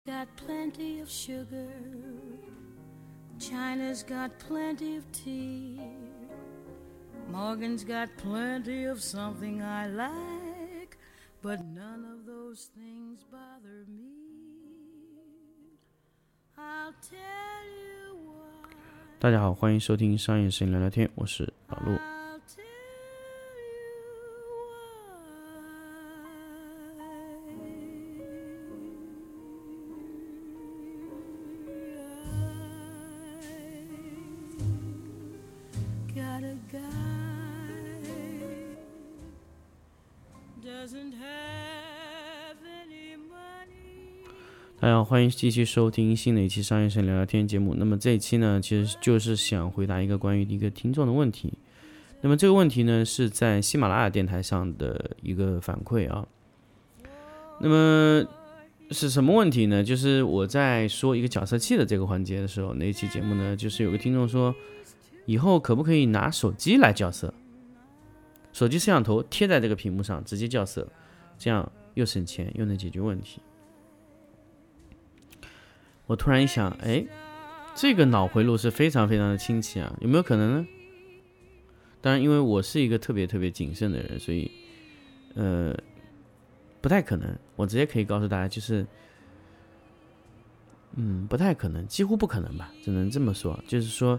Got plenty of sugar, China's got plenty of tea, Morgan's got plenty of something I like, but none of those things bother me. I'll tell you why. 大家好，欢迎收听商业摄影聊聊天，我是老陆。大家好，欢迎继续收听新的一期商业摄影聊聊天节目。那么这一期呢，其实就是想回答一个关于一个听众的问题。那么这个问题呢，是在喜马拉雅电台上的一个反馈啊。那么是什么问题呢？就是我在说一个角色器的这个环节的时候，那一期节目呢，就是有个听众说，以后可不可以拿手机来校色？手机摄像头贴在这个屏幕上直接校色，这样又省钱又能解决问题。我突然一想，这个脑回路是非常非常的清晰啊，有没有可能呢？当然，因为我是一个特别特别谨慎的人，所以不太可能。我直接可以告诉大家，就是不太可能，几乎不可能吧，只能这么说。就是说，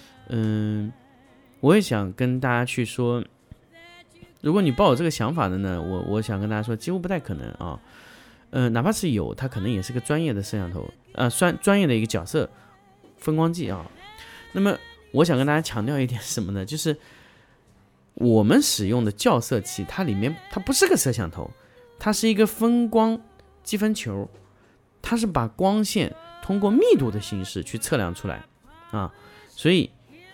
我也想跟大家去说，如果你抱有这个想法的呢，我想跟大家说，几乎不太可能啊。哪怕是有，它可能也是个专业的摄像头，专业的一个角色分光计啊。那么我想跟大家强调一点是什么呢？就是我们使用的校色器，它里面它不是个摄像头，它是一个分光积分球，它是把光线通过密度的形式去测量出来啊，所以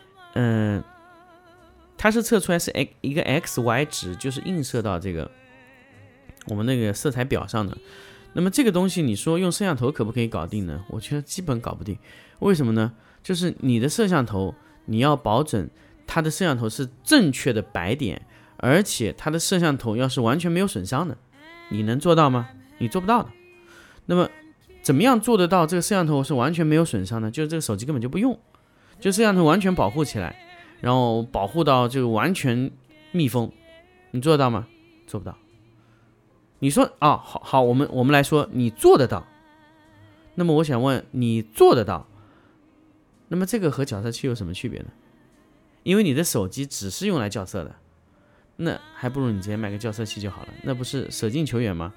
它是测出来是一个 XY 值，就是映射到这个我们那个色彩表上的。那么这个东西你说用摄像头可不可以搞定呢？我觉得基本搞不定。为什么呢？就是你的摄像头，你要保准它的摄像头是正确的白点，而且它的摄像头要是完全没有损伤的，你能做到吗？你做不到的。那么怎么样做得到这个摄像头是完全没有损伤呢？就是这个手机根本就不用，就摄像头完全保护起来，然后保护到这个完全密封，你做得到吗？做不到。你说好，我们来说，你做得到。那么我想问，你做得到，那么这个和校色器有什么区别呢？因为你的手机只是用来校色的，那还不如你直接买个校色器就好了，那不是舍近求远吗？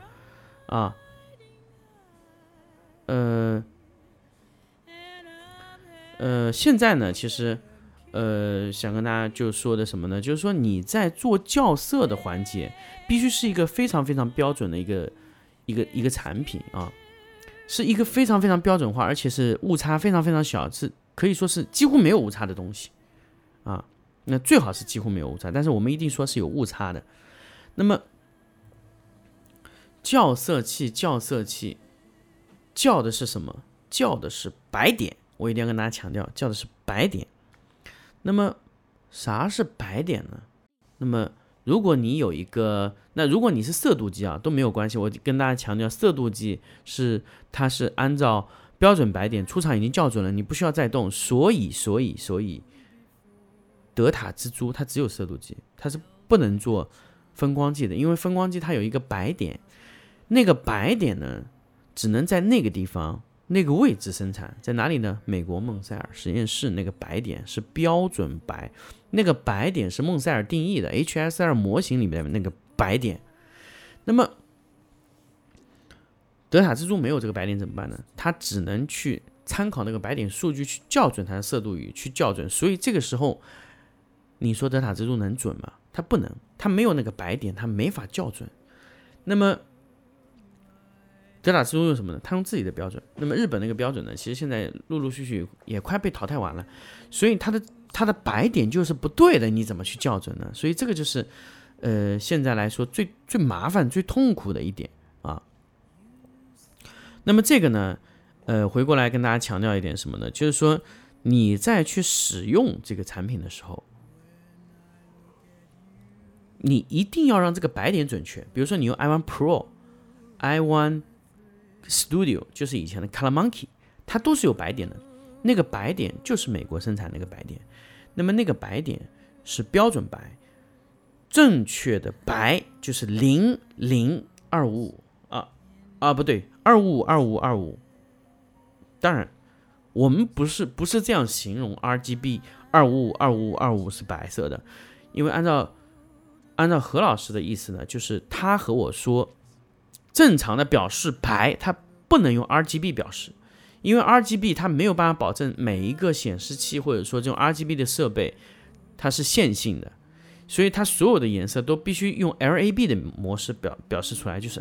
现在呢，其实想跟大家就说的什么呢？就是说你在做校色的环节，必须是一个非常非常标准的一个产品啊，是一个非常非常标准化，而且是误差非常非常小，是可以说是几乎没有误差的东西啊。那最好是几乎没有误差，但是我们一定说是有误差的。那么校色器校的是什么？校的是白点，我一定要跟大家强调，校的是白点。那么啥是白点呢？那么如果你有一个，那如果你是色度计啊，都没有关系。我跟大家强调，色度计它是按照标准白点，出厂已经校准了，你不需要再动。所以德塔之珠它只有色度计，它是不能做分光计的，因为分光计它有一个白点，那个白点呢，只能在那个地方那个位置生产，在哪里呢？美国孟塞尔实验室那个白点是标准白，那个白点是孟塞尔定义的 HSR 模型里面的那个白点。那么德塔之珠没有这个白点怎么办呢？它只能去参考那个白点数据去校准它的色度与去校准，所以这个时候你说德塔之珠能准吗？它不能，它没有那个白点，它没法校准。那么德塔之珠用什么呢？它用自己的标准。那么日本那个标准呢，其实现在陆陆续续也快被淘汰完了，所以它的白点就是不对的，你怎么去校准呢？所以这个就是现在来说最麻烦、最痛苦的一点啊。那么这个呢，回过来跟大家强调一点什么呢？就是说你在去使用这个产品的时候，你一定要让这个白点准确。比如说你用 i1 Pro、i1 Studio 就是以前的 Color Monkey， 它都是有白点的，那个白点就是美国生产那个白点，那么那个白点是标准白，正确的白就是00255不对，2552525。当然我们不是这样形容 RGB 2552525是白色的，因为按照何老师的意思呢，就是他和我说正常的表示白它不能用 RGB 表示，因为 RGB 它没有办法保证每一个显示器或者说这种 RGB 的设备它是线性的，所以它所有的颜色都必须用 LAB 的模式表示出来，就是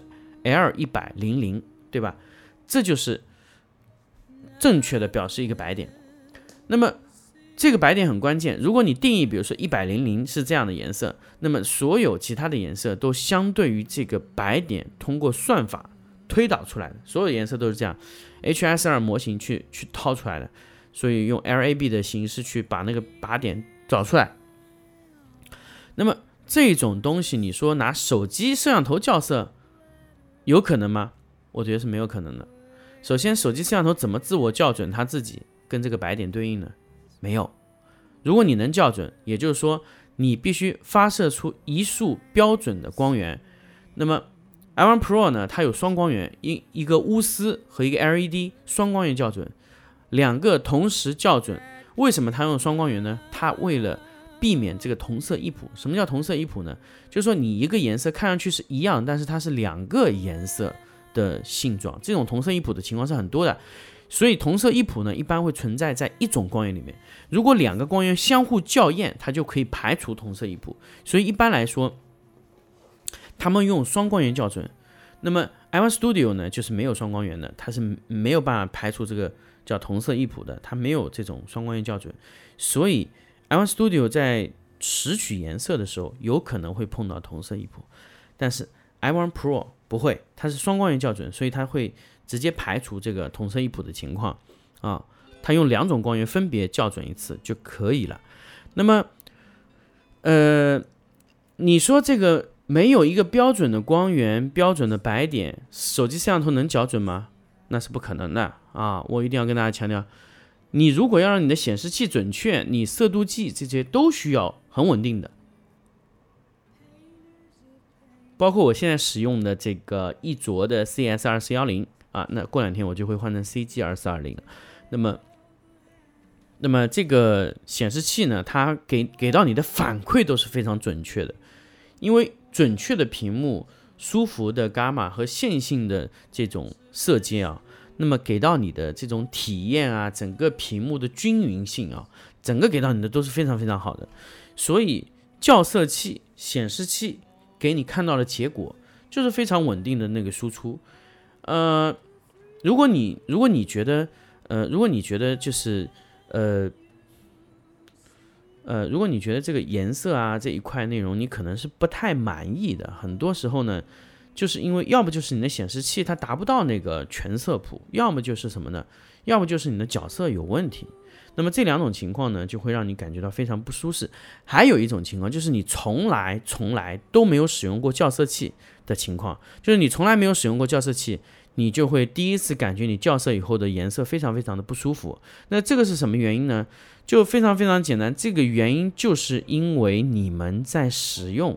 L100，对吧？这就是正确的表示一个白点。那么这个白点很关键，如果你定义比如说100是这样的颜色，那么所有其他的颜色都相对于这个白点通过算法推导出来的，所有颜色都是这样 HSR 模型去套出来的，所以用 LAB 的形式去把那个靶点找出来。那么这种东西你说拿手机摄像头校色有可能吗？我觉得是没有可能的。首先手机摄像头怎么自我校准它自己跟这个白点对应呢？没有。如果你能校准，也就是说你必须发射出一束标准的光源。那么 i1 Pro 呢，它有双光源，一个钨丝和一个 LED 双光源校准，两个同时校准。为什么它用双光源呢？它为了避免这个同色异谱。什么叫同色异谱呢？就是说你一个颜色看上去是一样，但是它是两个颜色的性状，这种同色异谱的情况是很多的。所以同色异谱呢，一般会存在在一种光源里面。如果两个光源相互校验，它就可以排除同色异谱。所以一般来说，他们用双光源校准。那么 i1 Studio 呢，就是没有双光源的，它是没有办法排除这个叫同色异谱的，它没有这种双光源校准。所以 i1 Studio 在拾取颜色的时候，有可能会碰到同色异谱，但是 i1 Pro 不会，它是双光源校准，所以它会直接排除这个同色异谱的情况啊。它用两种光源分别校准一次就可以了。那么，你说这个没有一个标准的光源、标准的白点，手机摄像头能校准吗？那是不可能的啊！我一定要跟大家强调，你如果要让你的显示器准确，你色度计这些都需要很稳定的。包括我现在使用的这个一卓的 CS2410啊，那过两天我就会换成 CG2420 了。那么这个显示器呢，它给到你的反馈都是非常准确的，因为准确的屏幕、舒服的伽马和线性的这种色阶啊，那么给到你的这种体验啊，整个屏幕的均匀性啊，整个给到你的都是非常非常好的。所以校色器、显示器给你看到的结果就是非常稳定的那个输出。如果你觉得就是如果你觉得这个颜色啊这一块内容你可能是不太满意的，很多时候呢，就是因为要不就是你的显示器它达不到那个全色谱，要么就是什么呢？要么就是你的角色有问题。那么这两种情况呢，就会让你感觉到非常不舒适。还有一种情况就是你从来都没有使用过校色器的情况，就是你从来没有使用过校色器，你就会第一次感觉你校色以后的颜色非常非常的不舒服。那这个是什么原因呢？就非常非常简单，这个原因就是因为你们在使用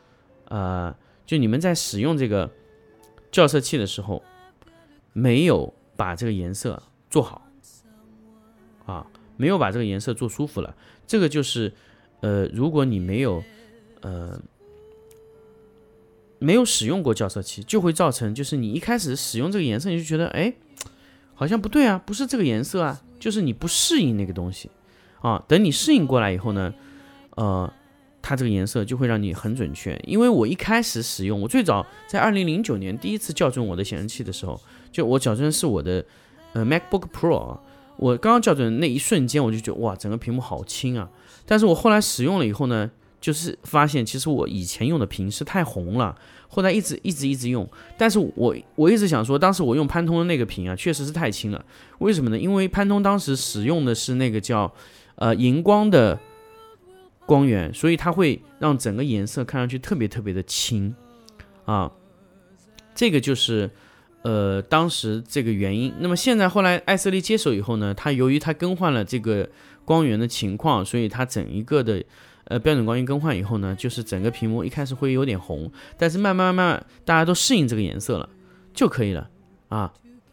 这个校色器的时候，没有把这个颜色做好啊，没有把这个颜色做舒服了。这个就是如果你没有使用过校色器，就会造成就是你一开始使用这个颜色，你就觉得好像不对啊，不是这个颜色啊，就是你不适应那个东西啊。等你适应过来以后呢，它这个颜色就会让你很准确。因为我一开始使用，我最早在2009年第一次校准我的显示器的时候，就我校准是我的MacBook Pro， 我刚刚校准的那一瞬间，我就觉得哇，整个屏幕好轻啊。但是我后来使用了以后呢，就是发现其实我以前用的屏是太红了，后来一直用，但是我一直想说，当时我用潘通的那个屏啊，确实是太轻了。为什么呢？因为潘通当时使用的是那个叫荧光的光源，所以它会让整个颜色看上去特别特别的轻啊。这个就是当时这个原因。那么现在后来艾瑟利接手以后呢，他由于他更换了这个光源的情况，所以他整一个的标准光源更换以后呢，就是整个屏幕一开始会有点红，但是慢慢大家都适应这个颜色了就可以了啊。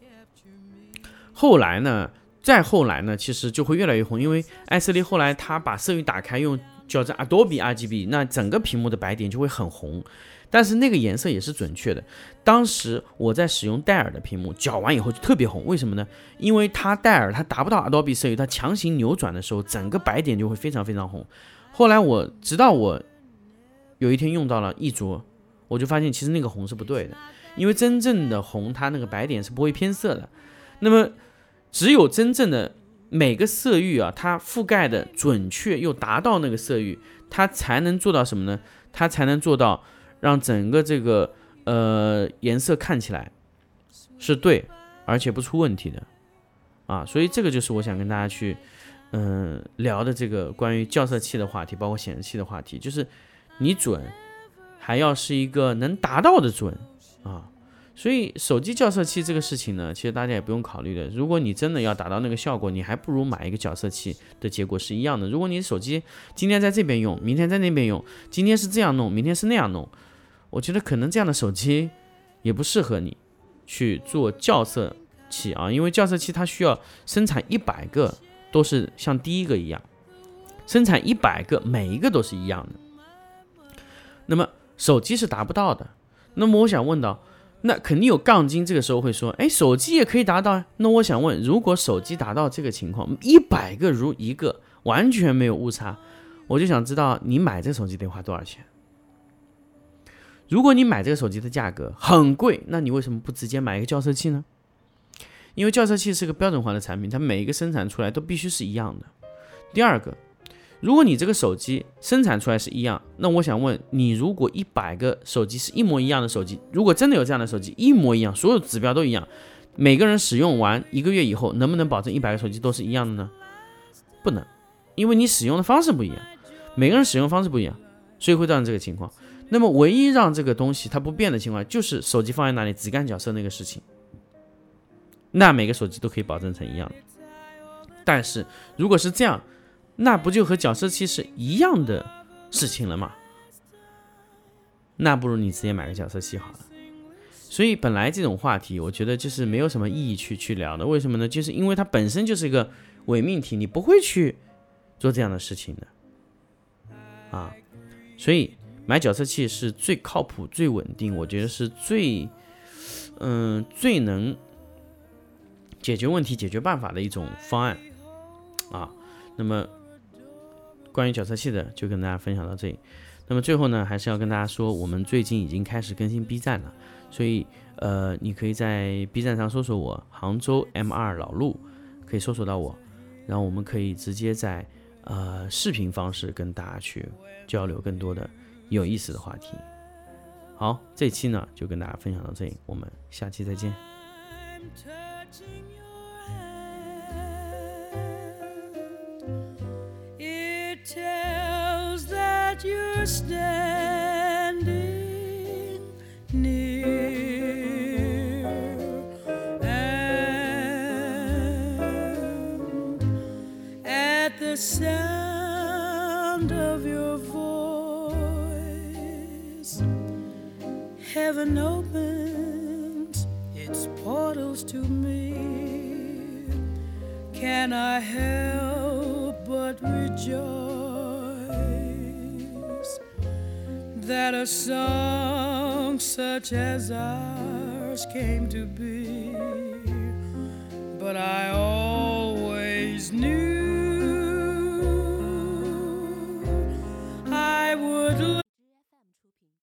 再后来呢，其实就会越来越红，因为艾瑟利后来他把色域打开，用叫做 Adobe RGB， 那整个屏幕的白点就会很红，但是那个颜色也是准确的。当时我在使用戴尔的屏幕，搅完以后就特别红，为什么呢？因为戴尔它达不到 Adobe 色域，它强行扭转的时候，整个白点就会非常非常红。后来直到我有一天用到了一着，我就发现其实那个红是不对的，因为真正的红它那个白点是不会偏色的。那么只有真正的每个色域啊，它覆盖的准确又达到那个色域，它才能做到什么呢？它才能做到让整个这个颜色看起来是对而且不出问题的啊。所以这个就是我想跟大家去聊的这个关于校色器的话题，包括显示器的话题，就是你准还要是一个能达到的准啊。所以手机校色器这个事情呢，其实大家也不用考虑的。如果你真的要达到那个效果，你还不如买一个校色器的结果是一样的。如果你手机今天在这边用，明天在那边用，今天是这样弄，明天是那样弄，我觉得可能这样的手机也不适合你去做校色器啊，因为校色器它需要生产100个都是像第一个一样，生产100个每一个都是一样的，那么手机是达不到的。那么我想问到，那肯定有杠精这个时候会说，哎，手机也可以达到。那我想问，如果手机达到这个情况，100个如一个，完全没有误差，我就想知道你买这个手机得花多少钱？如果你买这个手机的价格很贵，那你为什么不直接买一个校色器呢？因为校色器是个标准化的产品，它每一个生产出来都必须是一样的。第二个，如果你这个手机生产出来是一样，那我想问你，如果100个手机是一模一样的手机，如果真的有这样的手机一模一样，所有指标都一样，每个人使用完1个月以后，能不能保证100个手机都是一样的呢？不能，因为你使用的方式不一样，每个人使用方式不一样，所以会造成这个情况。那么唯一让这个东西它不变的情况，就是手机放在那里只干角色那个事情，那每个手机都可以保证成一样的。但是如果是这样，那不就和校色器是一样的事情了吗？那不如你直接买个校色器好了。所以本来这种话题我觉得就是没有什么意义去聊的。为什么呢？就是因为它本身就是一个伪命题，你不会去做这样的事情的啊。所以买校色器是最靠谱、最稳定，我觉得是最能解决问题、解决办法的一种方案啊。那么关于校色器的就跟大家分享到这里。那么最后呢，还是要跟大家说，我们最近已经开始更新 B 站了，所以你可以在 B 站上搜索我杭州 M2 老陆，可以搜索到我，然后我们可以直接在视频方式跟大家去交流更多的有意思的话题。好，这期呢就跟大家分享到这里，我们下期再见。 Tells that you're standing near, and at the sound of your voice, heaven opens its portals to me. Can I help but rejoice that a song such as ours came to be? But I